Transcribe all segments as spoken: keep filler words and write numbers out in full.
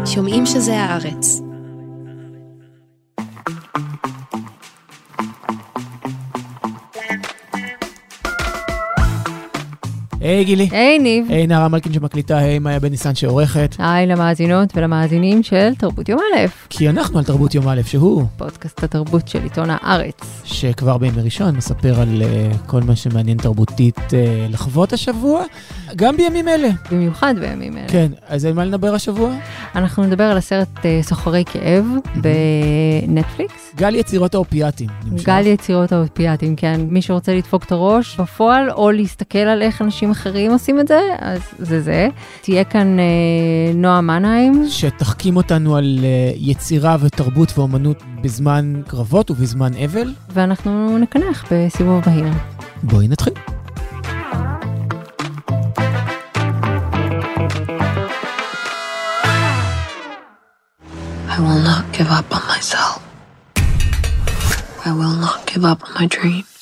שומעים שזה הארץ. היי גילי. היי ניב. היי נערה מלכין שמקליטה, היי מאיה בן ניסן שעורכת. היי למאזינות ולמאזינים של תרבות יום א'. כי אנחנו על תרבות יום א', שהוא פודקאסט התרבות של עיתון הארץ. שכבר בימי ראשון מספר על uh, כל מה שמעניין תרבותית uh, לחוות השבוע, גם בימים אלה. במיוחד בימים אלה. כן, אז על מה נדבר השבוע? אנחנו נדבר על הסרט uh, סוחרי כאב בנטפליקס. גל יצירות האופיאטים. גל יצירות האופיאטים, כן. מי שרוצה לדפוק את הראש בפועל, או להסתכל על איך אנשים אחרים עושים את זה, אז זה זה. תהיה כאן אה, נועה מנהיים. שתחכים אותנו על אה, יצירה ותרבות ואומנות בזמן קרבות ובזמן אבל. ואנחנו נקנח בסיבוב בהיר. בואי נתחיל. I will not give up on myself. I will not give up on my dreams.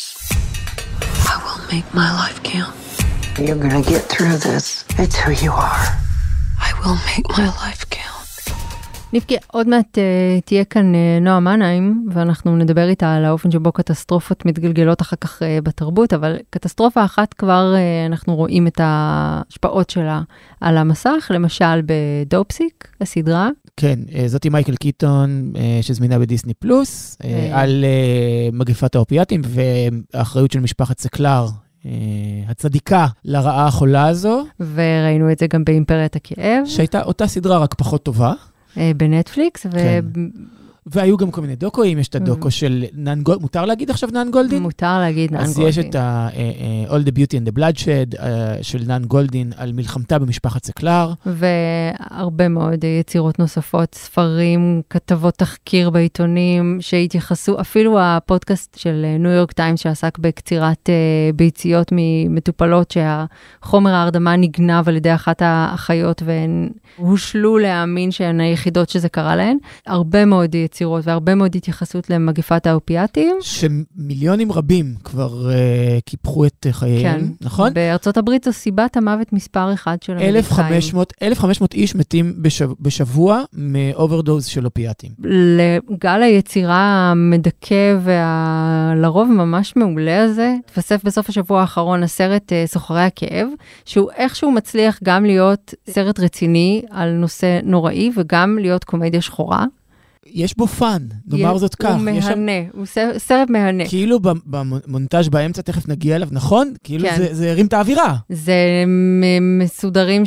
I will make my life count. You're gonna get through this. It's who you are. I will make my life count. נבקי, עוד מעט uh, תהיה כאן uh, נועה מנהיים, ואנחנו נדבר איתה על האופן שבו קטסטרופות מתגלגלות אחר כך uh, בתרבות, אבל קטסטרופה אחת כבר uh, אנחנו רואים את ההשפעות שלה על המסך, למשל בדופסיק, הסדרה. כן, זאתי מייקל קיטון, שזמינה בדיסני פלוס, על מגפת האופיאטים והאחריות של משפחת סקלר, הצדיקה לרעה החולה הזו. וראינו את זה גם באימפריית הכאב. שהייתה אותה סדרה רק פחות טובה. בנטפליקס. כן. ו... והיו גם כל מיני דוקואים, יש את הדוקו של נאן גולדין, מותר להגיד עכשיו נאן גולדין? מותר להגיד נאן גולדין. אז יש את ה- uh, uh, All the Beauty and the Bloodshed uh, של נאן גולדין על מלחמתה במשפחת סקלר. והרבה מאוד יצירות נוספות, ספרים, כתבות תחקיר בעיתונים, שהתייחסו, אפילו הפודקאסט של ניו יורק טיימס שעסק בקצירת uh, ביציות ממטופלות, שהחומר ההרדמה נגנב על ידי אחת האחיות, והן הושלו להאמין שהן היחידות שזה קרה להן. הרבה מאוד יצירות והרבה מאוד התייחסות למגפת האופיאטים. שמיליונים רבים כבר uh, קיפחו את חייהם, כן. נכון? בארצות הברית זו סיבת המוות מספר אחד של אמריקאים. אלף וחמש מאות איש מתים בשבוע, בשבוע מאוברדוז של אופיאטים. לגל היצירה המדכא והלרוב ממש מעולה הזה, תפסף בסוף השבוע האחרון הסרט uh, סוחרי הכאב, שהוא איכשהו מצליח גם להיות סרט רציני על נושא נוראי וגם להיות קומדיה שחורה. יש בו פן, נאמר זאת כך. הוא מהנה, הוא סרט מהנה. כאילו במונטאז' באמצע תכף נגיע אליו, נכון? כאילו זה הרים את האווירה. זה מסודרים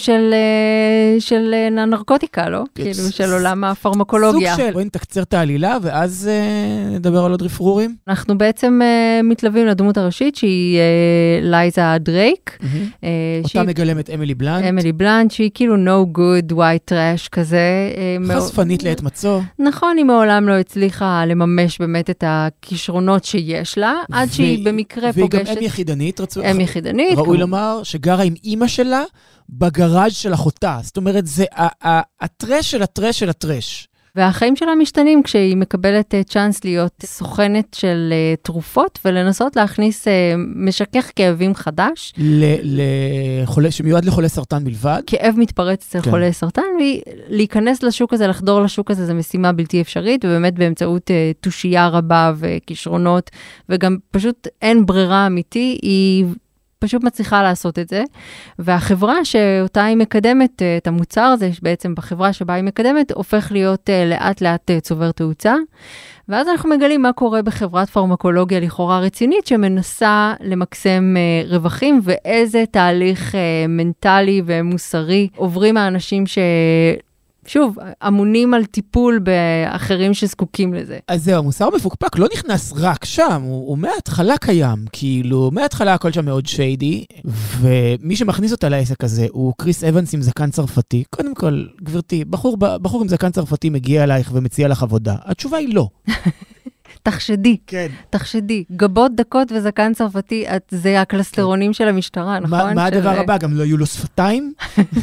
של נרקוטיקה, לא? כאילו של עולם הפרמקולוגיה. סוג של, בואי נתקצר את העלילה, ואז נדבר על עוד רפרורים. אנחנו בעצם מתלווים לדמות הראשית, שהיא לייזה דרייק. אותה מגלמת אמילי בלנט. אמילי בלנט, שהיא כאילו no good white trash כזה. חשפנית לעת מצוא. נכון. היא מעולם לא הצליחה לממש באמת את הכישרונות שיש לה, עד שהיא במקרה פוגשת... והיא גם אם יחידנית, רצו... אם יחידנית. ראוי לומר שגרה עם אימא שלה בגראז' של אחותה. זאת אומרת, זה הטרש של הטרש של הטרש. והחיים שלה משתנים כשהיא מקבלת צ'אנס להיות סוכנת של תרופות, ולנסות להכניס משכך כאבים חדש. לחולה, שמיועד לחולה סרטן בלבד. כאב מתפרץ אצל כן. חולה סרטן, ולהיכנס לשוק הזה, לחדור לשוק הזה, זה משימה בלתי אפשרית, ובאמת באמצעות תושייה רבה וכישרונות, וגם פשוט אין ברירה אמיתי, היא... פשוט מצליחה לעשות את זה, והחברה שאותה היא מקדמת, את המוצר הזה, בעצם בחברה שבה היא מקדמת, הופך להיות לאט לאט צובר תאוצה, ואז אנחנו מגלים מה קורה בחברת פרמקולוגיה לכאורה רצינית, שמנסה למקסם רווחים, ואיזה תהליך מנטלי ומוסרי עוברים האנשים ש... שוב, אמונים על טיפול באחרים שזקוקים לזה. אז זהו, המוסר המפוקפק לא נכנס רק שם, הוא, הוא מההתחלה קיים, כאילו, מההתחלה הכל שם מאוד שיידי, ומי שמכניס אותה לעסק הזה הוא קריס אבנס עם זקן צרפתי. קודם כל, גברתי, בחור, בחור עם זקן צרפתי מגיע אלייך ומציע לך עבודה. התשובה היא לא. תחשדי, כן. תחשדי, גבות דקות וזקן צרפתי, זה הקלסטרונים כן. של המשטרה, נכון? מה, מה של... הדבר הבא? גם לא יהיו לו שפתיים?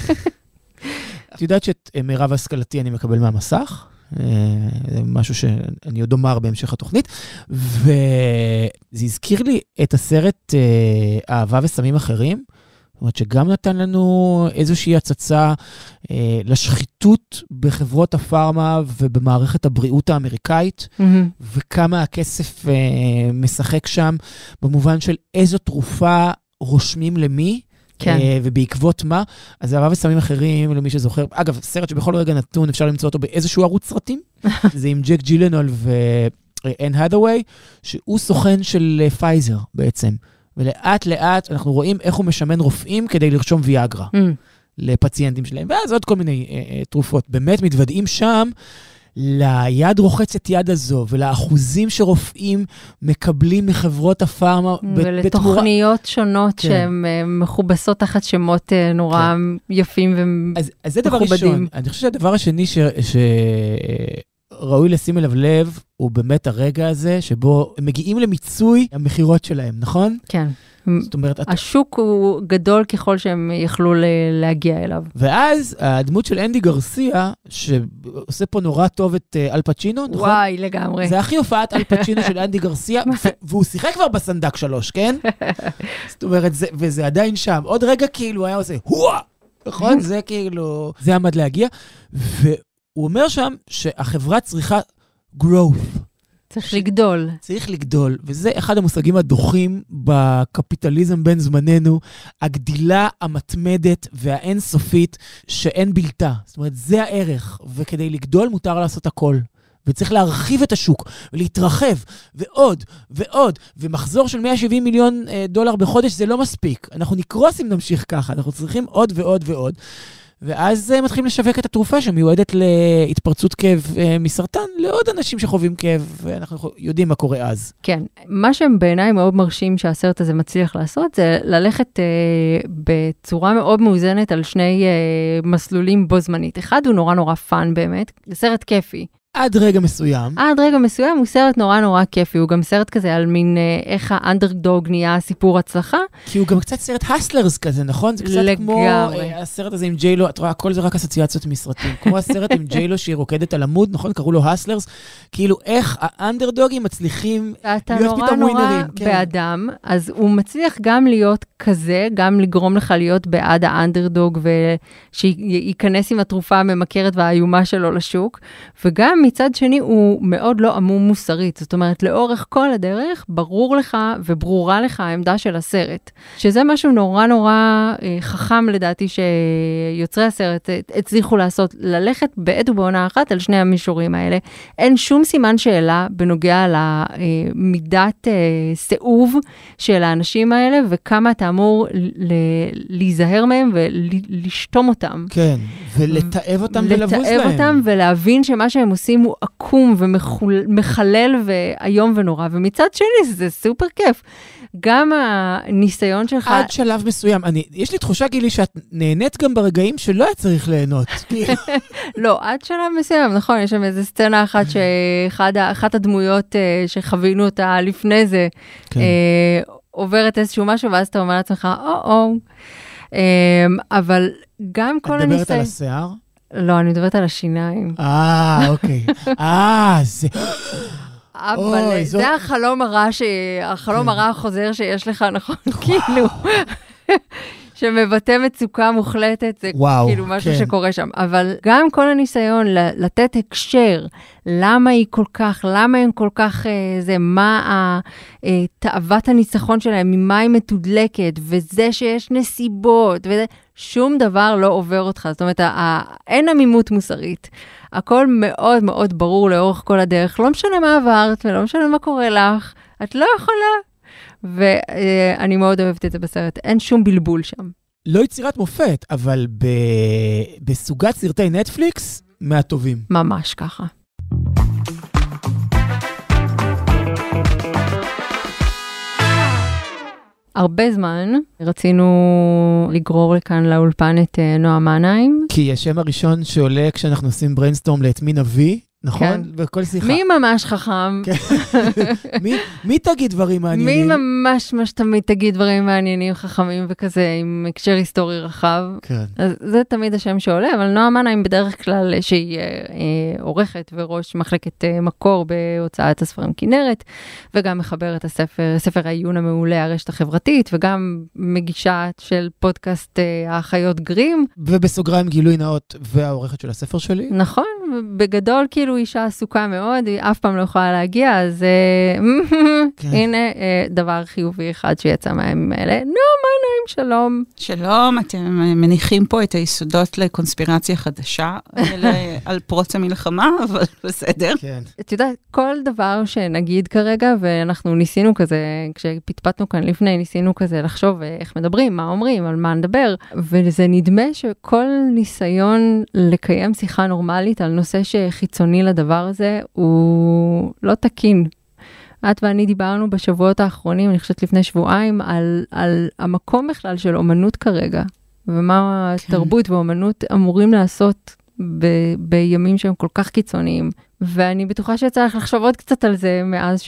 את יודעת שאת מירב השכלתי אני מקבל מהמסך, זה משהו שאני עוד אומר בהמשך התוכנית, וזה הזכיר לי את הסרט אהבה וסמים אחרים, זאת אומרת שגם נתן לנו איזושהי הצצה אה, לשחיתות בחברות הפארמה ובמערכת הבריאות האמריקאית, mm-hmm. וכמה הכסף אה, משחק שם, במובן של איזו תרופה רושמים למי, כן. אה, ובעקבות מה. אז הרב וסמים אחרים, למי שזוכר, אגב, סרט שבכל רגע נתון אפשר למצוא אותו באיזשהו ערוץ סרטים, זה עם ג'ק ג'ילנול ואן הדווי, שהוא סוכן של פייזר בעצם. ולאט לאט אנחנו רואים איך הוא משמן רופאים כדי לרשום ויאגרה mm. לפציינטים שלהם, ואז עוד כל מיני אה, אה, תרופות. באמת מתוודעים שם ליד רוחצת יד הזו, ולאחוזים שרופאים מקבלים מחברות הפארמה. ולתוכניות בתמורה... שונות כן. שהן מכובסות תחת שמות נורא כן. יפים ומכובדים. אז, אז זה דבר ראשון. אני חושב שהדבר השני ש... ש... ראוי לשים אליו לב, הוא באמת הרגע הזה, שבו הם מגיעים למיצוי המחירות שלהם, נכון? כן. זאת אומרת, השוק הוא גדול ככל שהם יכלו להגיע אליו. ואז הדמות של אנדי גרסיה, שעושה פה נורא טוב את אל פצ'ינו, נכון? וואי, לגמרי. זה הכי הופעת אל פצ'ינו של אנדי גרסיה, והוא שיחק כבר בסנדק שלוש, כן? זאת אומרת, וזה עדיין שם. עוד רגע כאילו היה עושה, הואה! נכון? זה כאילו, זה עמד להגיע, ו... הוא אומר שם שהחברה צריכה growth. צריך לגדול. צריך לגדול, וזה אחד המושגים הדוחים בקפיטליזם בין זמננו, הגדילה המתמדת והאינסופית שאין בלתה. זאת אומרת, זה הערך, וכדי לגדול מותר לעשות הכל. וצריך להרחיב את השוק, ולהתרחב, ועוד, ועוד, ומחזור של מאה ושבעים מיליון דולר בחודש זה לא מספיק. אנחנו נקרוס אם נמשיך ככה, אנחנו צריכים עוד ועוד ועוד. ואז מתחילים לשווק את התרופה שמיועדת להתפרצות כאב מסרטן, לעוד אנשים שחווים כאב, ואנחנו יודעים מה קורה אז. כן, מה שהם בעיניי מאוד מרשים שהסרט הזה מצליח לעשות, זה ללכת אה, בצורה מאוד מאוזנת על שני אה, מסלולים בו זמנית. אחד הוא נורא נורא פאן באמת, זה סרט כיפי. עד רגע מסוים. עד רגע מסוים הוא סרט נורא נורא כיפי, הוא גם סרט כזה על מין אה, איך האנדרדוג נהיה סיפור הצלחה. כי הוא גם קצת סרט הסלרס כזה, נכון? זה קצת לגמרי. כמו אה, הסרט הזה עם ג'יילו, את רואה, הכל זה רק אסוציאציות מסרטים. כמו הסרט עם ג'יילו שהיא רוקדת על עמוד, נכון? קראו לו הסלרס. כאילו איך האנדרדוגים מצליחים להיות פתאום ווינרים. אתה נורא נורא באדם, אז הוא מצליח גם להיות כזה, גם לגרום לך להיות בעד האנדרדוג, ושיכנס עם התרופה הממכרת והאיומה שלו לשוק, וגם מצד שני הוא מאוד לא עמום מוסרית, זאת אומרת, לאורך כל הדרך, ברור לך וברורה לך העמדה של הסרט, שזה משהו נורא נורא אה, חכם לדעתי שיוצרי הסרט הצליחו לעשות, ללכת בעת ובעונה אחת על שני המישורים האלה. אין שום סימן שאלה בנוגע למידת אה, סיאוב של האנשים האלה, וכמה אתה אמור להיזהר מהם ולשתום אותם. כן, ולתאב אותם ולבוז להם. לתאב אותם ולהבין שמה שהם עושים הוא עקום ומחלל והיום ונורא, ומצד שני זה סופר כיף. גם הניסיון שלך... עד שלב מסוים, אני, יש לי תחושה גילי שאת נהנית גם ברגעים שלא היה צריך ליהנות. לא, עד שלב מסוים, נכון, יש שם איזו סצנה אחת שאחת הדמויות שחווינו אותה לפני זה, כן. אה, עוברת איזשהו משהו, ואז אתה אומר לעצמך, או-או. אה, אבל גם כל הניסיון... את מדברת על השיער? לא, אני מדברת על השיניים. אה, אוקיי. אה, זה... אבל זה החלום הרע, החלום הרע החוזר שיש לך, נכון? כאילו, שמבטא מצוקה מוחלטת, זה כאילו משהו שקורה שם. אבל גם כל הניסיון לתת הקשר, למה היא כל כך, למה הם כל כך, זה, מה תאוות הניצחון שלהם, ממה היא מתודלקת, וזה שיש נסיבות, וזה, שום דבר לא עובר אותך. זאת אומרת, אין עמימות מוסרית. הכל מאוד מאוד ברור לאורך כל הדרך. לא משנה מה עברת, ולא משנה מה קורה לך. את לא יכולה. ואני מאוד אוהבת את זה בסרט. אין שום בלבול שם. לא יצירת מופת, אבל ב... בסוגת סרטי נטפליקס, מהטובים. ממש ככה. הרבה זמן רצינו לגרור לכאן לאולפן את נועה מנהיים. כי השם הראשון שעולה כשאנחנו עושים בריינסטורם לאת מין אבי, נכון? בכל שיחה. מי ממש חכם? מי תגיד דברים מעניינים? מי ממש ממש תמיד תגיד דברים מעניינים, חכמים וכזה, עם הקשר היסטורי רחב. אז זה תמיד השם שעולה, אבל נועה מנהיים בדרך כלל שהיא עורכת וראש מחלקת מקור בהוצאת הספרים כנרת, וגם מחברת הספר, ספר העיון המעולה, הרשת החברתית, וגם מגישה של פודקאסט האחיות גרים. ובסוגריים גילוי נאות והעורכת של הספר שלי. נכון, בגדול כאילו אישה עסוקה מאוד, היא אף פעם לא יכולה להגיע, אז הנה דבר חיובי אחד שיצא מהימים האלה. נועה מנהיים, שלום. שלום, אתם מניחים פה את היסודות לקונספירציה חדשה, על פרוץ המלחמה, אבל בסדר. את יודעת, כל דבר שנגיד כרגע, ואנחנו ניסינו כזה, כשפטפטנו כאן לפני, ניסינו כזה לחשוב איך מדברים, מה אומרים, על מה נדבר, וזה נדמה שכל ניסיון לקיים שיחה נורמלית על נושא שחיצוני לדבר הזה, הוא לא תקין. את ואני דיברנו בשבועות האחרונים, אני חושבת לפני שבועיים, על, על המקום בכלל של אומנות כרגע, ומה כן. תרבות ואומנות אמורים לעשות ב, בימים שהם כל כך קיצוניים. ואני בטוחה שצריך לחשוב עוד קצת על זה מאז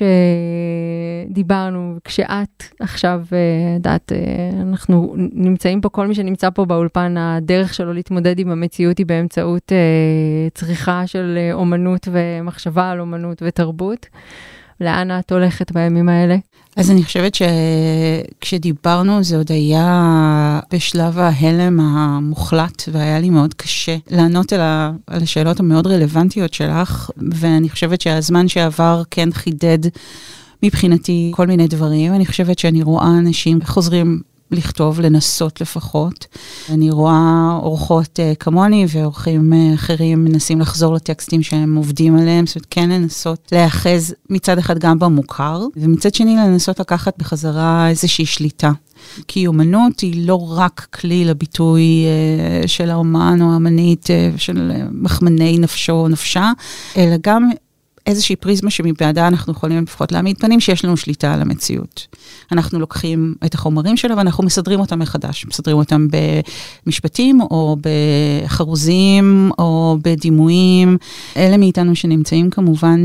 שדיברנו, כשאת עכשיו, דעת, אנחנו נמצאים פה, כל מי שנמצא פה באולפן, הדרך שלו להתמודד עם המציאות היא באמצעות צריכה של אומנות ומחשבה על אומנות ותרבות. לאן את הולכת בימים האלה? אז אני חושבת שכשדיברנו זה עוד היה בשלב ההלם המוחלט, והיה לי מאוד קשה לענות על, ה... על השאלות המאוד רלוונטיות שלך, ואני חושבת שהזמן שעבר כן חידד מבחינתי כל מיני דברים. אני חושבת שאני רואה אנשים חוזרים לכתוב, לנסות לפחות. אני רואה אורחות uh, כמוני ואורחים uh, אחרים מנסים לחזור לטקסטים שהם עובדים עליהם, זאת אומרת, כן לנסות להאחז מצד אחד גם במוכר, ומצד שני לנסות לקחת בחזרה איזושהי שליטה. כי אומנות היא לא רק כלי לביטוי uh, של האומן או האמנית, uh, של uh, מחמני נפשו או נפשה, אלא גם איזושהי פריזמה שמבעדה אנחנו יכולים לפחות להעמיד פנים שיש לנו שליטה על המציאות. אנחנו לוקחים את החומרים שלה ואנחנו מסדרים אותם מחדש. מסדרים אותם במשפטים או בחרוזים או בדימויים. אלה מאיתנו שנמצאים כמובן,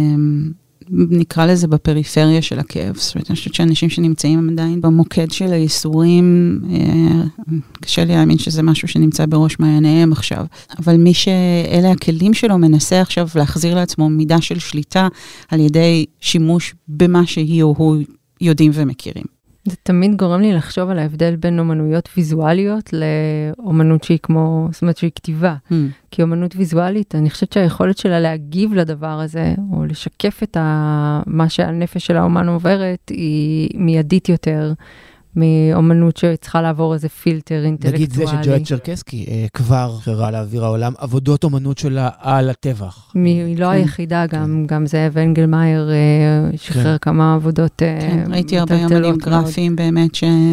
נקרא לזה בפריפריה של הכאב. זאת אומרת, אני חושבת שאנשים שנמצאים הם עדיין במוקד של הייסורים, קשה לי להאמין שזה משהו שנמצא בראש מעייניהם עכשיו. אבל מי שאלה הכלים שלו מנסה עכשיו להחזיר לעצמו מידה של שליטה על ידי שימוש במה שהיא או הוא יודעים ומכירים. זה תמיד גורם לי לחשוב על ההבדל בין אומנויות ויזואליות לאומנות שהיא כמו, זאת אומרת שהיא כתיבה. Hmm. כי אומנות ויזואלית, אני חושבת שהיכולת שלה להגיב לדבר הזה, או לשקף את ה... מה שהנפש של האומן עוברת, היא מיידית יותר מאומנות שצריכה לעבור איזה פילטר אינטלקטואלי. נגיד זה שג'ואט צ'רקסקי אה, כבר קרא לאוויר העולם, עבודות אומנות שלה על הטבח. היא לא כן. היחידה, גם, גם זאב אנגלמאייר אה, שחרר כן. כמה עבודות אה, כן, ראיתי הרבה אומנים גרפיים באמת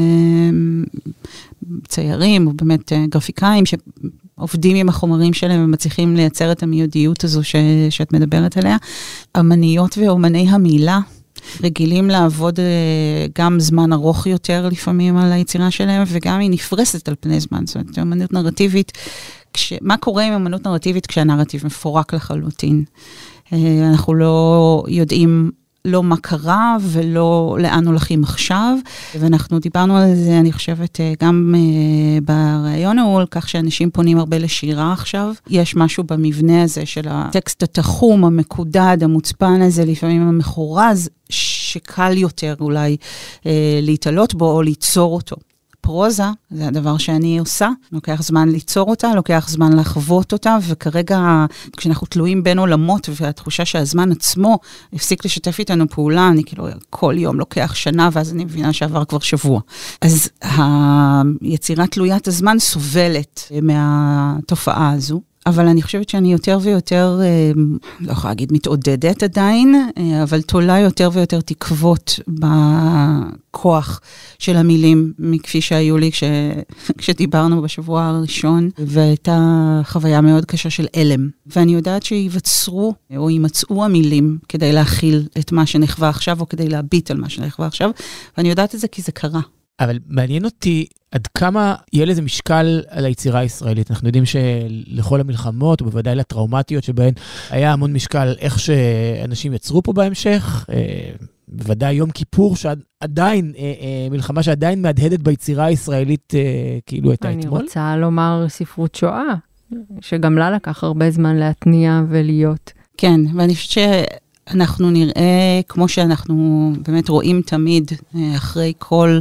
שציירים, או באמת גרפיקאים שעובדים עם החומרים שלהם ומצליחים לייצר את המיידיות הזו ש, שאת מדברת עליה. אמניות ואומני המילה, רגילים לעבוד גם זמן ארוך יותר לפעמים על היצירה שלהם, וגם היא נפרסת על פני זמן. זאת אומרת, אמנות נרטיבית, כש... מה קורה עם אמנות נרטיבית כשהנרטיב מפורק לחלוטין? אנחנו לא יודעים לא מה קרה ולא לאן הולכים עכשיו, ואנחנו דיברנו על זה, אני חושבת, גם ברעיון ההוא, כך שאנשים פונים הרבה לשירה עכשיו. יש משהו במבנה הזה של הטקסט התחום, המקודד, המוצפן הזה, לפעמים המחורז, שקל יותר אולי להתעלות בו או ליצור אותו. פרוזה, זה הדבר שאני עושה, לוקח זמן ליצור אותה, לוקח זמן לחוות אותה, וכרגע כשאנחנו תלויים בין עולמות, והתחושה שהזמן עצמו הפסיק לשתף איתנו פעולה, אני כאילו כל יום לוקח שנה, ואז אני מבינה שעבר כבר שבוע. אז היצירה תלוית הזמן סובלת מהתופעה הזו, אבל אני חושבת שאני יותר ויותר, לא יכולה להגיד מתעודדת עדיין, אבל תולה יותר ויותר תקוות בכוח של המילים, מכפי שהיו לי כש, כשדיברנו בשבוע הראשון, והייתה חוויה מאוד קשה של אלם. ואני יודעת שיווצרו או יימצאו המילים כדי להכיל את מה שנחווה עכשיו, או כדי להביט על מה שנחווה עכשיו, ואני יודעת את זה כי זה קרה. אבל מעניין אותי עד כמה יהיה לזה משקל על היצירה הישראלית. אנחנו יודעים שלכל המלחמות, ובוודאי לטראומטיות שבהן, היה המון משקל איך שאנשים יצרו פה בהמשך, בוודאי יום כיפור, שעדיין, מלחמה שעדיין מהדהדת ביצירה הישראלית, כאילו הייתה אתמול. אני רוצה לומר ספרות שואה, שגם לה לקח הרבה זמן להתניע ולהיות. כן, ואני חושבת שאנחנו נראה, כמו שאנחנו באמת רואים תמיד, אחרי כל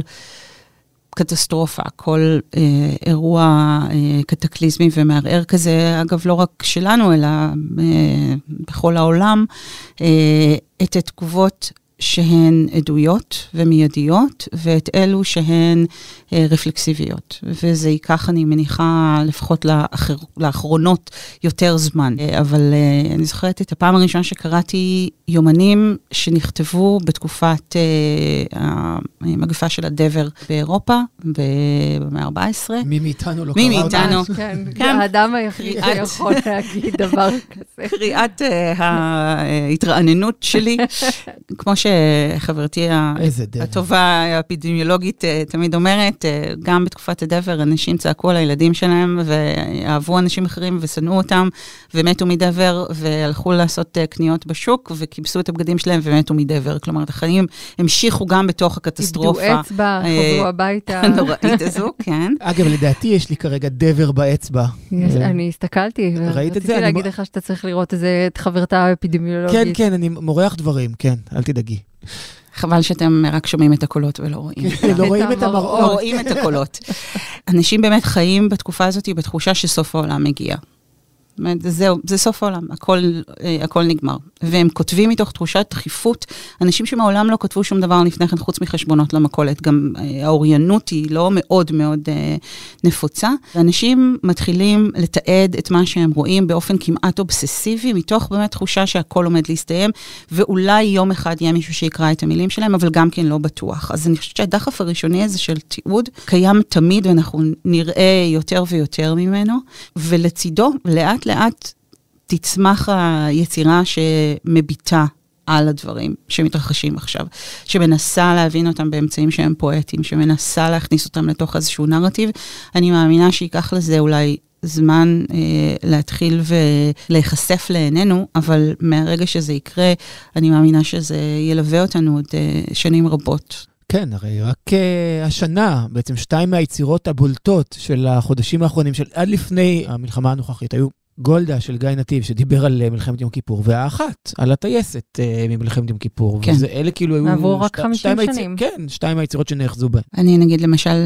קטסטרופה, כל אה, אירוע אה, קטקליזמי ומערער כזה, אגב, לא רק שלנו, אלא אה, בכל העולם, אה, את התגובות שהן עדויות ומיידיות, ואת אלו שהן אה, רפלקסיביות. וזה ייקח, אני מניחה, לפחות לאחר, לאחרונות יותר זמן. אה, אבל אה, אני זוכרת את הפעם הראשונה שקראתי יומנים שנכתבו בתקופת אה, המגפה של הדבר באירופה, במאה ה-ארבע עשרה. מי מאיתנו לא מי קרא אותה? מאיתנו. כן, כן. האדם היחיד שיכול להגיד דבר כזה. קריאת uh, ההתרעננות שלי, כמו שחברתי איזה דבר. הטובה האפידמיולוגית uh, תמיד אומרת, uh, גם בתקופת הדבר, אנשים צעקו על הילדים שלהם, ואהבו אנשים אחרים ושנאו אותם, ומתו מדבר, והלכו לעשות uh, קניות בשוק, וכיבסו את הבגדים שלהם ומתו מדבר. כלומר, החיים המשיכו גם בתוך הקטסטרופה. איבדו אצבע, חזרו הביתה. נוראית הזו, כן. אגב, לדעתי יש לי כרגע דבר באצבע. אני הסתכלתי, ראית את זה? רציתי להגיד לך שאתה צריך לראות את חברתה האפידמיולוגית. כן, כן, אני מורח דברים, כן, אל תדאגי. חבל שאתם רק שומעים את הקולות ולא רואים. לא רואים את לא המראות. רואים את הקולות. אנשים באמת חיים בתקופה הזאת בתחושה שסוף העולם מגיע. זהו, זה סוף העולם, הכל, הכל נגמר. והם כותבים מתוך תחושת דחיפות, אנשים שמעולם לא כתבו שום דבר לפני כן, חוץ מחשבונות למקולת, גם האוריינות היא לא מאוד מאוד נפוצה, ואנשים מתחילים לתעד את מה שהם רואים באופן כמעט אובססיבי, מתוך באמת תחושה שהכל עומד להסתיים, ואולי יום אחד יהיה מישהו שיקרא את המילים שלהם, אבל גם כן לא בטוח. אז אני חושבת שהדחף הראשוני הזה של תיעוד, קיים תמיד, ואנחנו נראה יותר ויותר ממנו, ולצידו, לאט לאט תצמח היצירה שמביטה על הדברים שמתרחשים עכשיו, שמנסה להבין אותם באמצעים שהם פואטיים, שמנסה להכניס אותם לתוך איזשהו נרטיב. אני מאמינה שיקח לזה אולי זמן אה, להתחיל ולהיחשף לעינינו, אבל מהרגע שזה יקרה, אני מאמינה שזה ילווה אותנו עוד אה, שנים רבות. כן, הרי רק uh, השנה, בעצם שתיים מהיצירות הבולטות של החודשים האחרונים, של עד לפני המלחמה הנוכחית, היו גולדה של גיא נתיב, שדיבר על uh, מלחמת יום כיפור, והאחת, על הטייסת uh, ממלחמת יום כיפור. כן. וזה, אלה כאילו היו... עברו רק חמישים היציר, שנים. כן, שתיים מהיצירות שנאחזו בהן. אני נגיד למשל,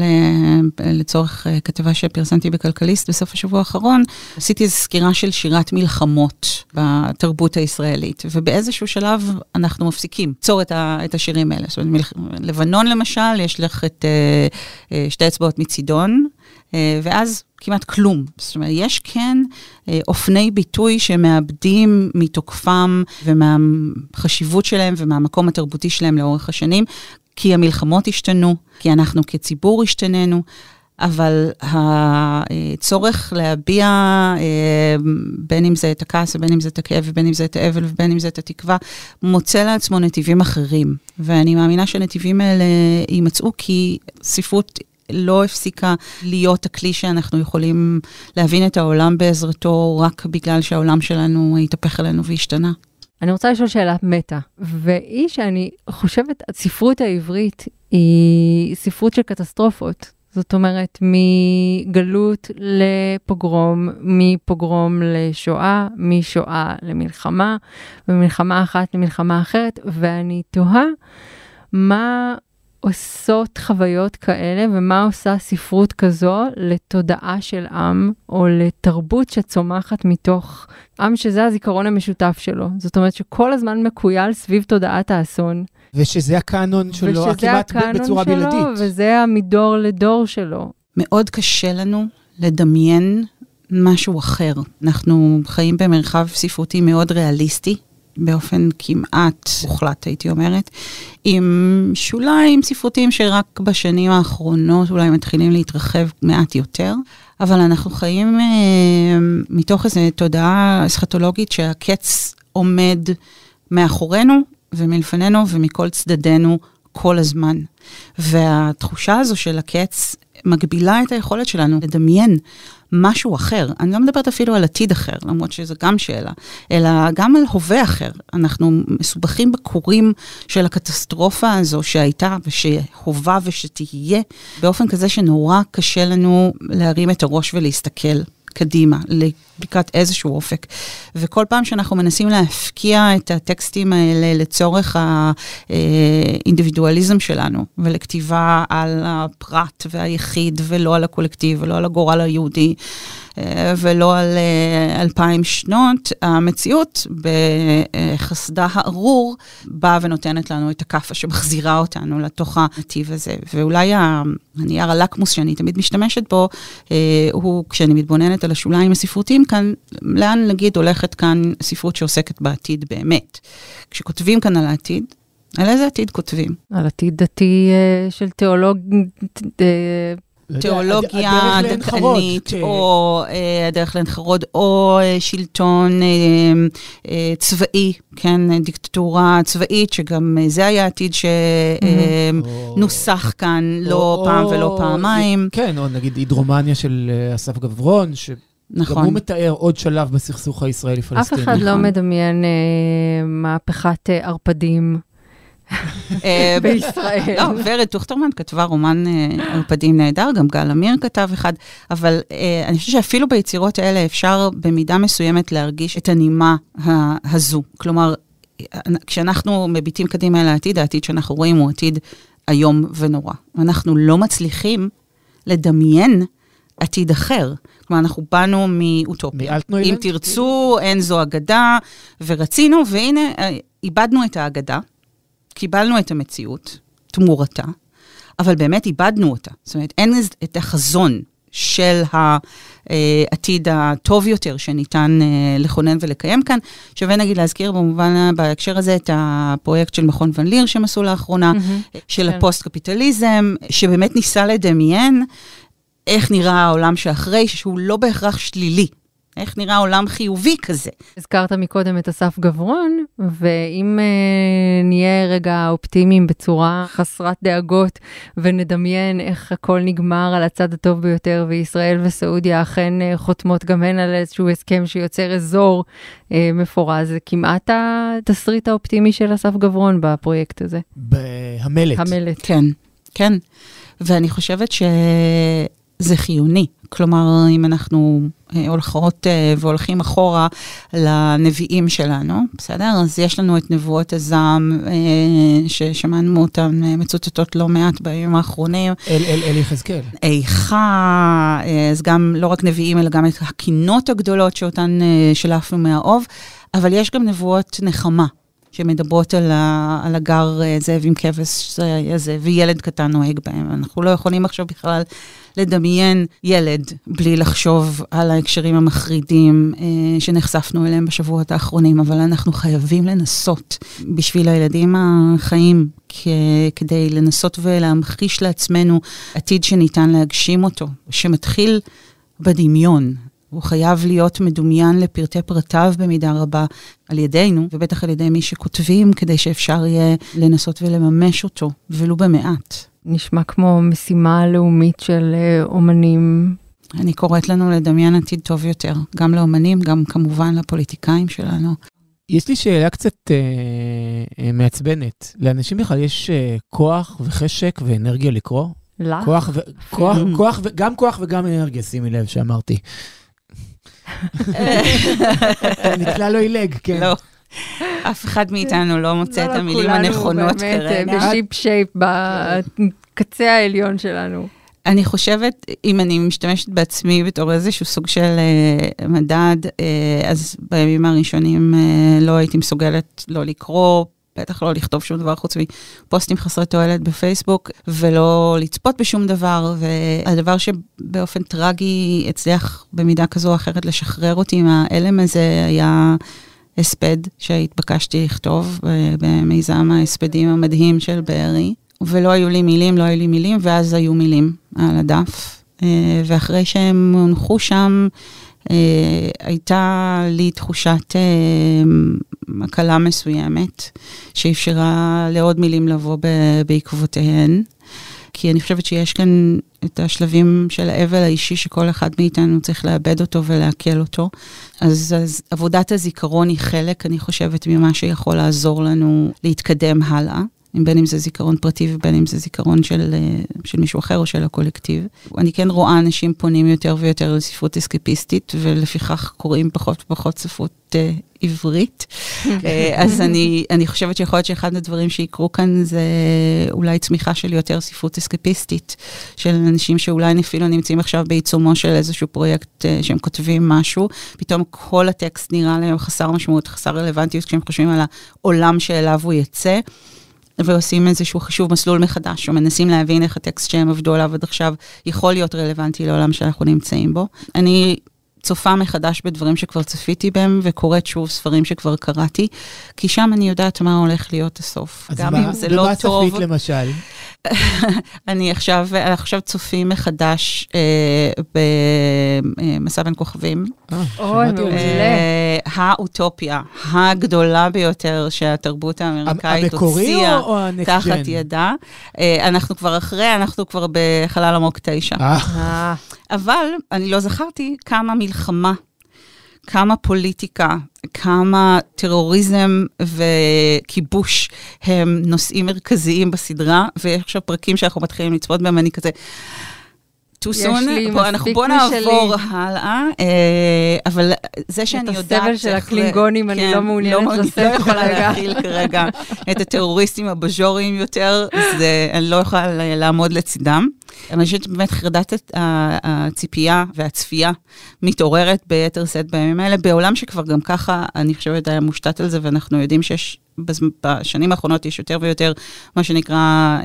לצורך כתבה שפרסמתי בכלכליסט בסוף השבוע האחרון, עשיתי איזו סקירה של שירת מלחמות בתרבות הישראלית, ובאיזשהו שלב אנחנו מפסיקים ליצור את, את השירים האלה. זאת אומרת, מלח... לבנון למשל, יש לך את שתי אצבעות מצידון, ואז כמעט כלום. זאת אומרת, יש כן אופני ביטוי שמאבדים מתוקפם ומהחשיבות שלהם ומהמקום התרבותי שלהם לאורך השנים, כי המלחמות השתנו, כי אנחנו כציבור השתננו, אבל הצורך להביע, בין אם זה את הכעס, ובין אם זה את הכאב, ובין אם זה את האבל, ובין אם זה את התקווה, מוצא לעצמו נתיבים אחרים. ואני מאמינה שהנתיבים האלה יימצאו, כי ספרות לא הפסיקה להיות הכלי שאנחנו יכולים להבין את העולם בעזרתו, רק בגלל שהעולם שלנו התהפך אלינו והשתנה. אני רוצה לשאול שאלת מטה, והיא שאני חושבת, הספרות העברית היא ספרות של קטסטרופות. זאת אומרת, מגלות לפוגרום, מפוגרום לשואה, משואה למלחמה, ומלחמה אחת למלחמה אחרת, ואני תוהה מה עושות חוויות כאלה, ומה עושה ספרות כזו לתודעה של עם, או לתרבות שצומחת מתוך עם שזה הזיכרון המשותף שלו. זאת אומרת שכל הזמן מקוייל סביב תודעת האסון. ושזה הקאנון שלו, כמעט בצורה בלעדית. שלו, וזה המדור לדור שלו. מאוד קשה לנו לדמיין משהו אחר. אנחנו חיים במרחב ספרותי מאוד ריאליסטי, באופן כמעט מוחלט, הייתי אומרת, עם שוליים ספרותיים שרק בשנים האחרונות אולי מתחילים להתרחב מעט יותר, אבל אנחנו חיים אה, מתוך איזו תודעה אסכטולוגית שהקץ עומד מאחורינו ומלפנינו ומכל צדדינו כל הזמן. והתחושה הזו של הקץ מגבילה את היכולת שלנו לדמיין משהו אחר. אני לא מדברת אפילו על עתיד אחר, למרות שזו גם שאלה, אלא גם על הווה אחר. אנחנו מסובכים בקורים של הקטסטרופה הזו שהייתה ושהווה ושתהיה, באופן כזה שנורא קשה לנו להרים את הראש ולהסתכל קדימה, לקראת איזשהו אופק. וכל פעם שאנחנו מנסים להפקיע את הטקסטים האלה לצורך האינדיבידואליזם שלנו, ולכתיבה על הפרט והיחיד, ולא על הקולקטיב, ולא על הגורל היהודי, ולא על אלפיים שנות, המציאות בחסדה הארור באה ונותנת לנו את הכפה שמחזירה אותנו לתוך הנתיב הזה. ואולי הנייר הלקמוס שאני תמיד משתמשת בו, הוא כשאני מתבוננת על השוליים הספרותיים כאן, לאן נגיד הולכת כאן ספרות שעוסקת בעתיד באמת. כשכותבים כאן על העתיד, על איזה עתיד כותבים? על עתיד דתי של תיאולוג... תיאולוגיה דתנית, או הדרך להנחרוד, או שלטון צבאי, כן, דיקטטורה צבאית, שגם זה היה עתיד שנוסח כאן לא פעם ולא פעמיים. כן, או נגיד הידרומניה של אסף גברון, שגם הוא מתאר עוד שלב בסכסוך הישראלי-פלסטיני. אף אחד לא מדמיין מהפכת ערפדים. בישראל. לא, ורד טוכטרמן כתבה רומן ערפדים נהדר, גם גל אמיר כתב אחד, אבל אני חושבת שאפילו ביצירות האלה אפשר במידה מסוימת להרגיש את הנימה הזו. כלומר, כשאנחנו מביטים קדימה אל העתיד, העתיד שאנחנו רואים הוא עתיד היום ונורא. אנחנו לא מצליחים לדמיין עתיד אחר. כלומר, אנחנו באנו מאוטופיה. אם תרצו, אין זו אגדה, ורצינו, והנה, איבדנו את האגדה, קיבלנו את המציאות, תמורתה, אבל באמת איבדנו אותה. זאת אומרת, אין את החזון של העתיד הטוב יותר שניתן לכונן ולקיים כאן. שווה נגיד להזכיר במובן, בהקשר הזה, את הפרויקט של מכון ון ליר שהם עשו לאחרונה, mm-hmm. של כן. הפוסט-קפיטליזם, שבאמת ניסה לדמיין איך נראה העולם שאחרי, שהוא לא בהכרח שלילי. איך נראה עולם חיובי כזה. הזכרת מקודם את אסף גברון, ואם אה, נהיה רגע אופטימיים בצורה חסרת דאגות, ונדמיין איך הכל נגמר על הצד הטוב ביותר, וישראל וסעודיה אכן אה, חותמות גם הן על איזשהו הסכם שיוצר אזור אה, מפורז, זה כמעט התסריט האופטימי של אסף גברון בפרויקט הזה. בהמלת. המלת. כן, כן. ואני חושבת שזה חיוני. כלומר, אם אנחנו הולכות והולכים אחורה לנביאים שלנו, בסדר? אז יש לנו את נבואות הזעם, ששמענו אותן מצוטטות לא מעט בימים האחרונים. אל, אל, אל יחזקאל. איכה, אז גם לא רק נביאים, אלא גם את הקינות הגדולות שאותן שלפנו מהאוב, אבל יש גם נבואות נחמה. שמדברות על, ה, על הגר זאב עם כבש הזה, וילד קטן נוהג בהם. אנחנו לא יכולים עכשיו בכלל לדמיין ילד, בלי לחשוב על ההקשרים המחרידים אה, שנחשפנו אליהם בשבועות האחרונים, אבל אנחנו חייבים לנסות בשביל הילדים החיים, כ- כדי לנסות ולהמחיש לעצמנו עתיד שניתן להגשים אותו, שמתחיל בדמיון. הוא חייב להיות מדומיין לפרטי פרטיו במידה רבה על ידינו, ובטח על ידי מי שכותבים, כדי שאפשר יהיה לנסות ולממש אותו, ולו במעט. נשמע כמו משימה לאומית של אומנים. אני קוראת לנו לדמיין עתיד טוב יותר, גם לאומנים, גם כמובן לפוליטיקאים שלנו. יש לי שאלה קצת אה, מעצבנת. לאנשים בכלל יש אה, כוח וחשק ואנרגיה לקרוא? לך? כוח ו- כוח, כוח ו- גם כוח וגם אנרגיה, שימי לב שאמרתי. אני כלל לא ילג, כן. לא. אף אחד מאיתנו לא מוצא את המילים הנכונות כרגע. באמת בשיפ שייפ, בקצה העליון שלנו. אני חושבת, אם אני משתמשת בעצמי בתור איזשהו סוג של מדד, אז בימים הראשונים לא הייתי מסוגלת לא לקרוא, בטח לא לכתוב שום דבר חוץ מפוסטים חסרי תועלת בפייסבוק, ולא לצפות בשום דבר, והדבר שבאופן טרגי הצליח במידה כזו או אחרת לשחרר אותי מהאלם הזה, היה הספד שהתבקשתי לכתוב במיזם ההספדים המדהים של בארי, ולא היו לי מילים, לא היו לי מילים, ואז היו מילים על הדף, ואחרי שהם הונחו שם, הייתה לי תחושת הקלה מסוימת, שאפשרה לעוד מילים לבוא בעקבותיהן, כי אני חושבת שיש כאן את השלבים של האבל האישי שכל אחד מאיתנו צריך לאבד אותו ולהקל אותו. אז, אז עבודת הזיכרון היא חלק, אני חושבת, ממה שיכול לעזור לנו להתקדם הלאה. בין אם זה זיכרון פרטי ובין אם זה זיכרון של, של מישהו אחר או של הקולקטיב. אני כן רואה אנשים פונים יותר ויותר לספרות אסקפיסטית, ולפיכך קוראים פחות ופחות ספרות אה, עברית. אז אני, אני חושבת שיכול להיות שאחד הדברים שיקרו כאן זה אולי צמיחה של יותר ספרות אסקפיסטית, של אנשים שאולי אפילו נמצאים עכשיו בעיצומו של איזשהו פרויקט אה, שהם כותבים משהו, פתאום כל הטקסט נראה להם חסר משמעות, חסר רלוונטיות, כשהם חושבים על העולם שאליו הוא יצא, ועושים איזשהו חישוב מסלול מחדש, או מנסים להבין איך הטקסט שהם עבדו עליו עד עכשיו יכול להיות רלוונטי לעולם שאנחנו נמצאים בו. אני צופה מחדש בדברים שכבר צפיתי בהם, וקוראת שוב ספרים שכבר קראתי, כי שם אני יודעת מה הולך להיות הסוף. אז גם מה, אם זה לא טוב. ומה צפית למשל? אני עכשיו, עכשיו צופים מחדש אה, במסע בין כוכבים. אוי, מעולה. האוטופיה הגדולה ביותר שהתרבות האמריקאית הוציאה תחת ידה. אנחנו כבר אחרי, אנחנו כבר בחלל עמוק תשע. אבל אני לא זכרתי כמה מלחמה, כמה פוליטיקה, כמה טרוריזם וכיבוש הם נושאים מרכזיים בסדרה, ויש עכשיו פרקים שאנחנו מתחילים לצפות בהם, אני כזה, too soon, בוא, אנחנו בוא נעבור הלאה, אבל זה שאני יודעת... את הסבל של הקלינגונים, אני לא מעוניינת לספר לא יכולה להכיל כרגע את הטרוריסטים הבז'וריים יותר, אני לא יכולה לעמוד לצידם. אני חושבת שבאמת חרדת הציפייה והצפייה מתעוררת ביתר סט בימים האלה, בעולם שכבר גם ככה, אני חושבת, היה מושתת על זה, ואנחנו יודעים שיש, בשנים האחרונות יש יותר ויותר, מה שנקרא,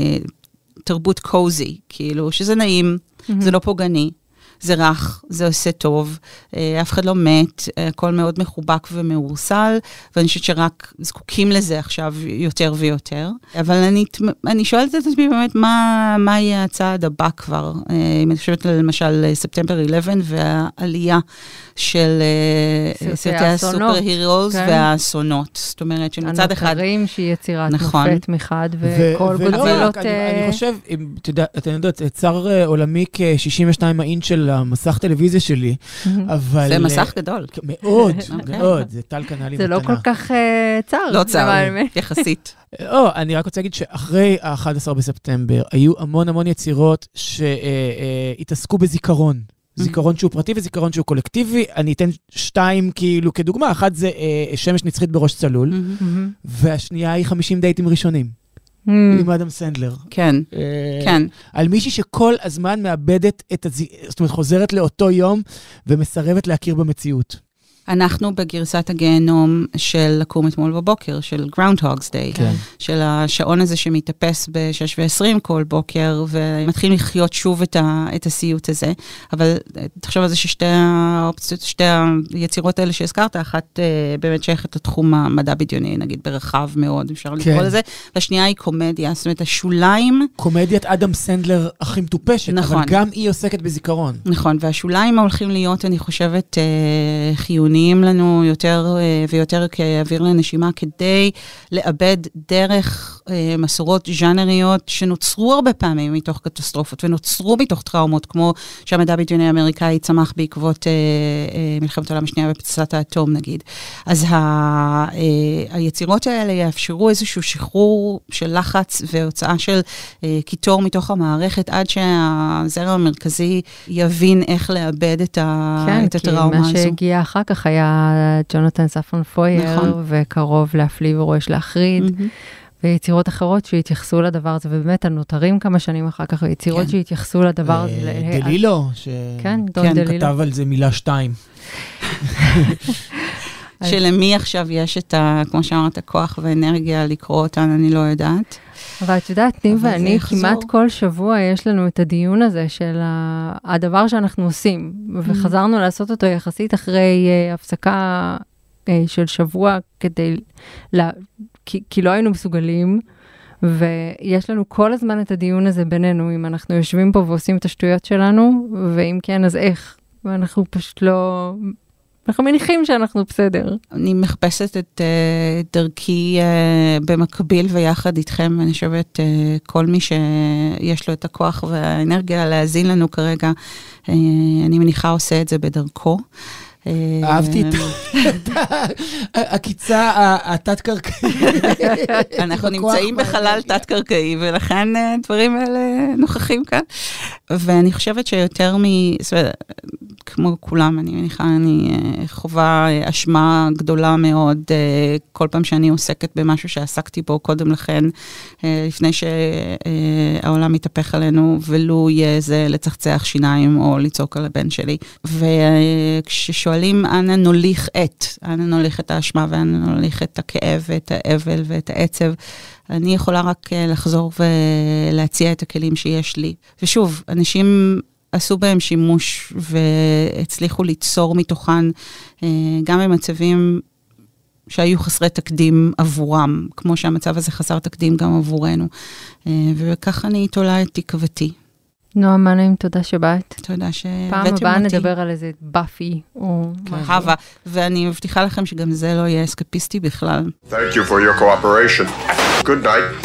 תרבות קוזי, כאילו, שזה נעים, זה לא פוגעני, זה רך, זה עושה טוב, אף אחד לא מת, הכל מאוד מחובק ומאורסל, ואני חושבת שרק זקוקים לזה עכשיו יותר ויותר. אבל אני, אני שואלת את עצמי באמת, מה, מה יהיה הצעד הבא כבר? אם אני חושבת למשל ספטמבר אחת עשרה, והעלייה של סרטי הסופר-הירוס והאסונות. זאת אומרת, שמצד אחד... הנותרים שהיא יצירת מופת מחד, וכל גודלות... אני חושב, אתם יודעות, צר עולמי כ-שישים ושתיים האינץ' של המסך טלוויזיה שלי, אבל... זה מסך גדול. מאוד, מאוד. זה טל קנלי מתנה. זה לא כל כך צר. לא צר, יחסית. או, אני רק רוצה להגיד שאחרי ה-אחד עשר בספטמבר, היו המון המון יצירות שהתעסקו בזיכרון. זיכרון שהוא פרטי וזיכרון שהוא קולקטיבי. אני אתן שתיים כאילו כדוגמה. אחת זה שמש נצחית בראש צלול, והשנייה היא חמישים דייטים ראשונים. עם אדם סנדלר. כן, כן. על מישהי שכל הזמן מאבדת את הז... זאת אומרת, חוזרת לאותו יום ומסרבת להכיר במציאות. אנחנו בגרסת הגיהנום של לקום אתמול בבוקר, של Groundhog's Day, כן. של השעון הזה שמתאפס ב-שש ועשרים כל בוקר, ומתחיל לחיות שוב את, ה- את הסיוט הזה. אבל תחשוב על זה ששתי האופציות, שתי היצירות האלה שהזכרת, אחת uh, באמת שייכת לתחום המדע בדיוני, נגיד ברחב מאוד, אפשר כן. לקרוא לזה, והשנייה היא קומדיה, זאת אומרת, השוליים... קומדיית אדם סנדלר הכי מטופשת, נכון. אבל גם היא עוסקת בזיכרון. נכון, והשוליים הולכים להיות, אני חושבת, uh, חיוניים לנו יותר ויותר כאוויר לנשימה, כדי לאבד דרך מסורות ז'אנריות שנוצרו הרבה פעמים מתוך קטסטרופות, ונוצרו מתוך טראומות, כמו שהמדע בדיוני האמריקאי צמח בעקבות מלחמת העולם השנייה בפצצת האטום, נגיד. אז ה, היצירות האלה יאפשרו איזשהו שחרור של לחץ והוצאה של קיטור מתוך המערכת, עד שהזרם המרכזי יבין איך לאבד את, ה, כן, את הטראומה הזו. כן, כי מה שהגיע אחר כך היה ג'ונתן ספון פויר, נכון. וקרוב להפליא ורועש להחריד, mm-hmm. ויצירות אחרות שהתייחסו לדבר הזה, ובאמת הנותרים כמה שנים אחר כך, ויצירות כן. שהתייחסו לדבר הזה. דלילו, ש... כן, דון כן, דלילו. כתב על זה מילה שתיים. שלמי עכשיו יש את ה, כמו שאמרת, הכוח ואנרגיה לקרוא אותן, אני לא יודעת. אבל את יודעת, נים ואני, כמעט כל שבוע יש לנו את הדיון הזה של הדבר שאנחנו עושים, וחזרנו לעשות אותו יחסית אחרי הפסקה של שבוע, כדי, כי לא היינו מסוגלים, ויש לנו כל הזמן את הדיון הזה בינינו, אם אנחנו יושבים פה ועושים את השטויות שלנו, ואם כן, אז איך? ואנחנו פשוט לא... אנחנו מניחים שאנחנו בסדר. אני מחפשת את uh, דרכי uh, במקביל ויחד איתכם, אני חושבת uh, כל מי שיש לו את הכוח והאנרגיה להאזין לנו כרגע, uh, אני מניחה עושה את זה בדרכו. אהבתי את הקיצה התת-קרקעי. אנחנו נמצאים בחלל תת-קרקעי, ולכן דברים האלה נוכחים כאן. ואני חושבת שיותר מ... כמו כולם, אני מניחה, אני חובה אשמה גדולה מאוד, כל פעם שאני עוסקת במשהו שעסקתי בו קודם לכן, לפני שהעולם מתהפך עלינו, ולו יהיה זה לצחצח שיניים או לצעוק על הבן שלי. וכששואלים אנה נוליך את, אנה נוליך את האשמה ואנה נוליך את הכאב ואת האבל ואת העצב, אני יכולה רק לחזור ולהציע את הכלים שיש לי. ושוב, אנשים עשו בהם שימוש והצליחו ליצור מתוכן, גם במצבים שהיו חסרי תקדים עבורם, כמו שהמצב הזה חסר תקדים גם עבורנו. וכך אני תולה את תקוותי. נועה מנהיים, תודה שבאת. תודה שהבאתם פעם אותי. הבאה נדבר על איזה באפי או משהו. הווה, ואני מבטיחה לכם שגם זה לא יהיה אסקפיסטי בכלל. Thank you for your cooperation. Good night.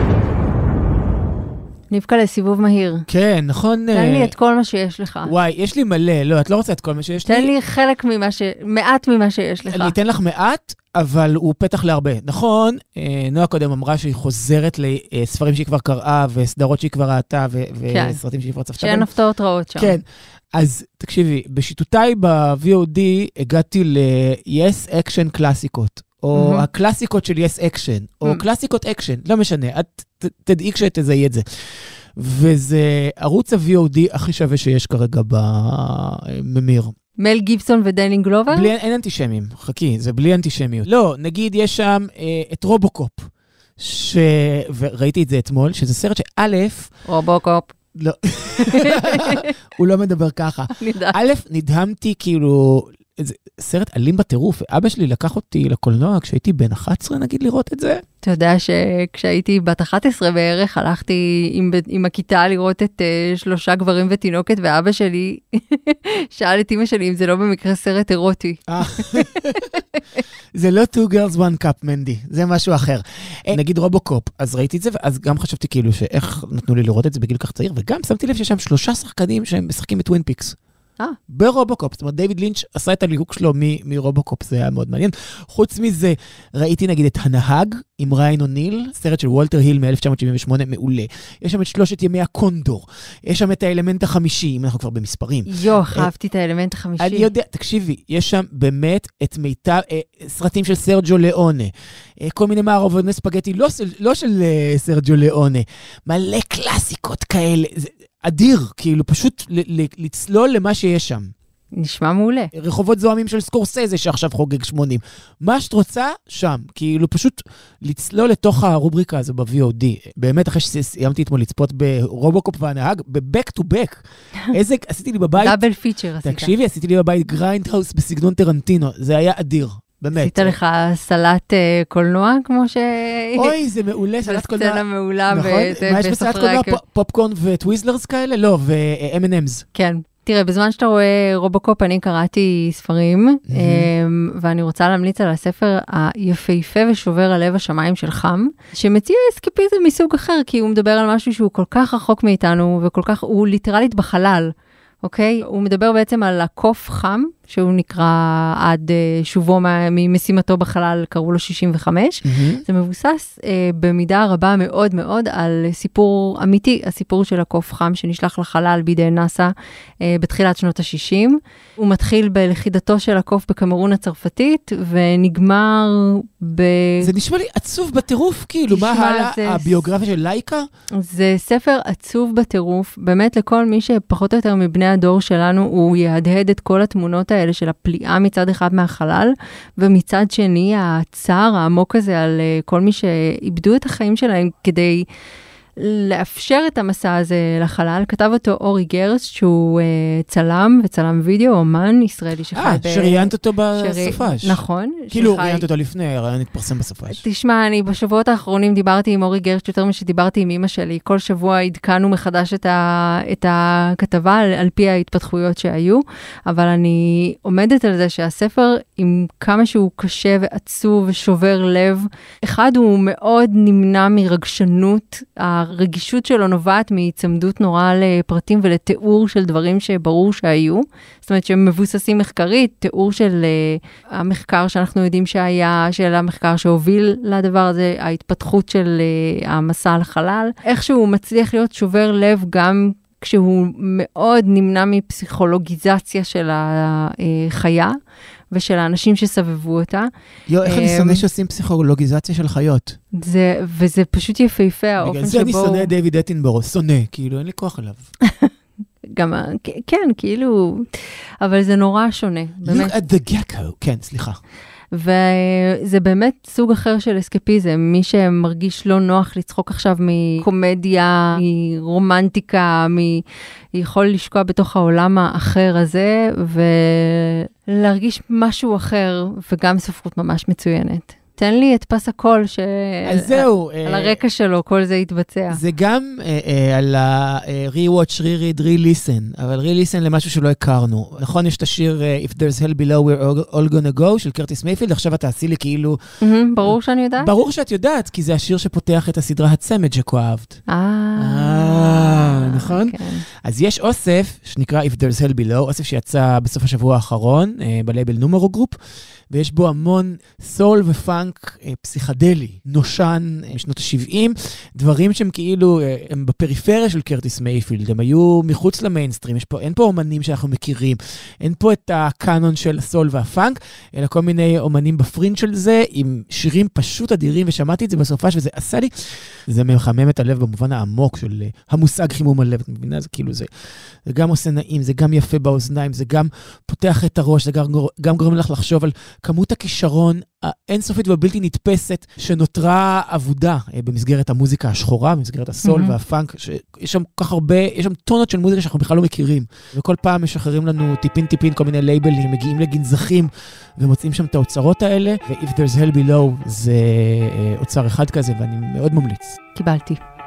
נבקע לסיבוב מהיר. כן, נכון. תן לי את כל מה שיש לך. וואי, יש לי מלא, לא, את לא רוצה את כל מה שיש לי. תן לי חלק ממה ש... מעט ממה שיש לך. אני אתן לך מעט, אבל הוא פתח להרבה. נכון, נועה קודם אמרה שהיא חוזרת לספרים שהיא כבר קראה, וסדרות שהיא כבר ראתה, וסרטים שהיא כבר צפתה. שאין הפתעות רעות שם. כן, אז תקשיבי, בשיטותיי ב-וי או די הגעתי ל-Yes Action קלאסיקות, או הקלאסיקות של Yes Action, או קלאסיקות אקשן, לא משנה, את תדעי כשתזהי את זה. וזה ערוץ ה-וי או די הכי שווה שיש כרגע בממיר. מל גיבסון ודני גלובר? בלי, אין אנטישמים, חכי, זה בלי אנטישמיות. לא, נגיד יש שם אה, את רובוקופ, ש... וראיתי את זה אתמול, שזה סרט שא' רובוקופ. לא, הוא לא מדבר ככה. א', נדהמתי כאילו, איזה סרט אלים בטירוף, אבא שלי לקח אותי לקולנוע כשהייתי בן אחת עשרה, נגיד, לראות את זה. אתה יודע שכשהייתי בת אחת עשרה בערך, הלכתי עם, עם הכיתה לראות את uh, שלושה גברים ותינוקת, ואבא שלי שאל את אמא שלי אם זה לא במקרה סרט אירוטי. זה לא two girls one cup, מנדי, זה משהו אחר. נגיד רובוקופ, אז ראיתי את זה, ואז גם חשבתי כאילו שאיך נתנו לי לראות את זה בגיל כך צעיר, וגם שמתי לב שיש שם שלושה שחקנים שהם משחקים בטווין פיקס. ברובוקופ, זאת אומרת, דיוויד לינץ' עשה את הליהוק שלו מרובוקופ, זה היה מאוד מעניין. חוץ מזה, ראיתי נגיד את הנהג עם ריין אוניל, סרט של וולטר היל מ-אלף תשע מאות שבעים ושמונה, מעולה. יש שם את שלושת ימי הקונדור, יש שם את האלמנט החמישי, אם אנחנו כבר במספרים. יו, חייבתי את האלמנט החמישי. אני יודע, תקשיבי, יש שם באמת את מיטב, סרטים של סרג'ו ליאונה, כל מיני מערבוני ספגטי, לא של סרג'ו ליאונה, מלא קלאסיקות כאלה, אדיר, כאילו, פשוט לצלול למה שיש שם. נשמע מעולה. רחובות זוהמים של סקורסזה שעכשיו חוגג שמונים. מה שאת רוצה, שם. כאילו, פשוט לצלול לתוך הרובריקה הזו ב-וי או די. באמת, אחרי שסיימתי אתמול לצפות ברובוקופ והנהג, ב-back to back. איזה, עשיתי לי בבית... דאבל פיצ'ר עשית. תקשיבי, עשיתי לי בבית גריינדהאוס בסגנון טרנטינו. זה היה אדיר. באמת. עשית לך סלט קולנוע, כמו ש... אוי, זה מעולה, סלט קולנוע. בסצנה מעולה. נכון? מה יש בסלט קולנוע? פופקורן וטוויזלרס כאלה? לא, ו-אם אנד אמס. כן. תראה, בזמן שאתה רואה רובוקופ, אני קראתי ספרים, ואני רוצה להמליץ על הספר היפהפה ושובר הלב השמיים של חם, שמציע אסקפיזם מסוג אחר, כי הוא מדבר על משהו שהוא כל כך רחוק מאיתנו, וכל כך, הוא ליטרלית בחלל, אוקיי? הוא מדבר בעצם על הקוף חם, שהוא נקרא עד שובו ממשימתו בחלל, קראו לו שישים וחמש. Mm-hmm. זה מבוסס אה, במידה רבה מאוד מאוד על סיפור אמיתי, הסיפור של הקוף חם שנשלח לחלל בידי נאסא אה, בתחילת שנות ה-שישים. הוא מתחיל בלכידתו של הקוף בקמרון הצרפתית, ונגמר ב... זה נשמע לי עצוב בטירוף, כאילו, מה הלאה, זה... הביוגרפיה של לייקה? זה ספר עצוב בטירוף, באמת לכל מי שפחות או יותר מבני הדור שלנו, הוא יהדהד את כל התמונות האלה של הפליאה מצד אחד מהחלל, ומצד שני הצער העמוק הזה על כל מי שאיבדו את החיים שלהם כדי לאפשר את המסע הזה לחלל. כתב אותו אורי גרץ, שהוא uh, צלם וצלם וידאו, אומן ישראלי שחי אה, ב... שראיינת אותו בסופש. נכון. כאילו שחי... ראיינת אותו לפני, הרעיון התפרסם בסופש. תשמע, אני בשבועות האחרונים דיברתי עם אורי גרץ יותר משדיברתי עם אמא שלי. כל שבוע עדכנו מחדש את, ה... את הכתבה על, על פי ההתפתחויות שהיו, אבל אני עומדת על זה שהספר, עם כמה שהוא קשה ועצוב ושובר לב, אחד הוא מאוד נמנע מרגשנות, הרגישות שלו נובעת מהצמדות נורא לפרטים ולתיאור של דברים שברור שהיו, זאת אומרת שהם מבוססים מחקרית, תיאור של uh, המחקר שאנחנו יודעים שהיה, של המחקר שהוביל לדבר הזה, ההתפתחות של uh, המסע לחלל, איכשהו מצליח להיות שובר לב גם כשהוא מאוד נמנע מפסיכולוגיזציה של החיה, ושל האנשים שסבבו אותה. יו, איך אני שונא שעושים פסיכולוגיזציה של חיות? זה, וזה פשוט יפהפה, האופן שבו... בגלל זה אני שונא דיוויד אטנבורו, שונא, כאילו, אין לי כוח אליו. גם, כן, כאילו, אבל זה נורא שונה. Look at the gecko, כן, סליחה. וזה באמת סוג אחר של אסקפיזם, מי שמרגיש לא נוח לצחוק עכשיו מקומדיה, מרומנטיקה, מ... יכול לשקוע בתוך העולם האחר הזה, ולהרגיש משהו אחר, וגם ספרות ממש מצוינת. תן לי את פס הקול שעל הרקע שלו, כל זה יתבצע. זה גם על ה-re-watch, re-read, re-listen, אבל re-listen למשהו שלא הכרנו. נכון, יש את השיר If There's Hell Below We're All Gonna Go של קרטיס מייפילד, עכשיו אתה עשי לי כאילו... ברור שאני יודעת. ברור שאת יודעת, כי זה השיר שפותח את הסדרה הצמד שכה אהבת. אה, נכון? אז יש אוסף שנקרא If There's Hell Below, אוסף שיצא בסוף השבוע האחרון, בלייבל נומרו גרופ, ויש בו המון סול ופאנק פסיכדלי, נושן משנות ה-שבעים, דברים שהם כאילו, הם בפריפריה של קרטיס מייפילד, הם היו מחוץ למיינסטרים, יש פה, אין פה אומנים שאנחנו מכירים, אין פה את הקאנון של הסול והפאנק, אלא כל מיני אומנים בפרינט של זה, עם שירים פשוט אדירים, ושמעתי את זה בסופש, וזה עשה לי, זה מחמם את הלב במובן העמוק של המושג חימום הלב, את מבינה? זה כאילו זה, זה גם עושה נעים, זה גם יפה באוזניים, זה גם פותח את הראש, זה גם, גם גורם לך לחשוב על כמות הכישרון האינסופית ובלתי נתפסת שנותרה עבודה במסגרת המוזיקה השחורה, במסגרת הסול mm-hmm. והפאנק, שיש שם כל כך הרבה, יש שם טונות של מוזיקה שאנחנו בכלל לא מכירים, וכל פעם משחררים לנו טיפין טיפין כל מיני לייבלים שמגיעים לגנזכים ומוצאים שם את האוצרות האלה, ו-If There's Hell Below זה אוצר אחד כזה, ואני מאוד ממליץ. קיבלתי.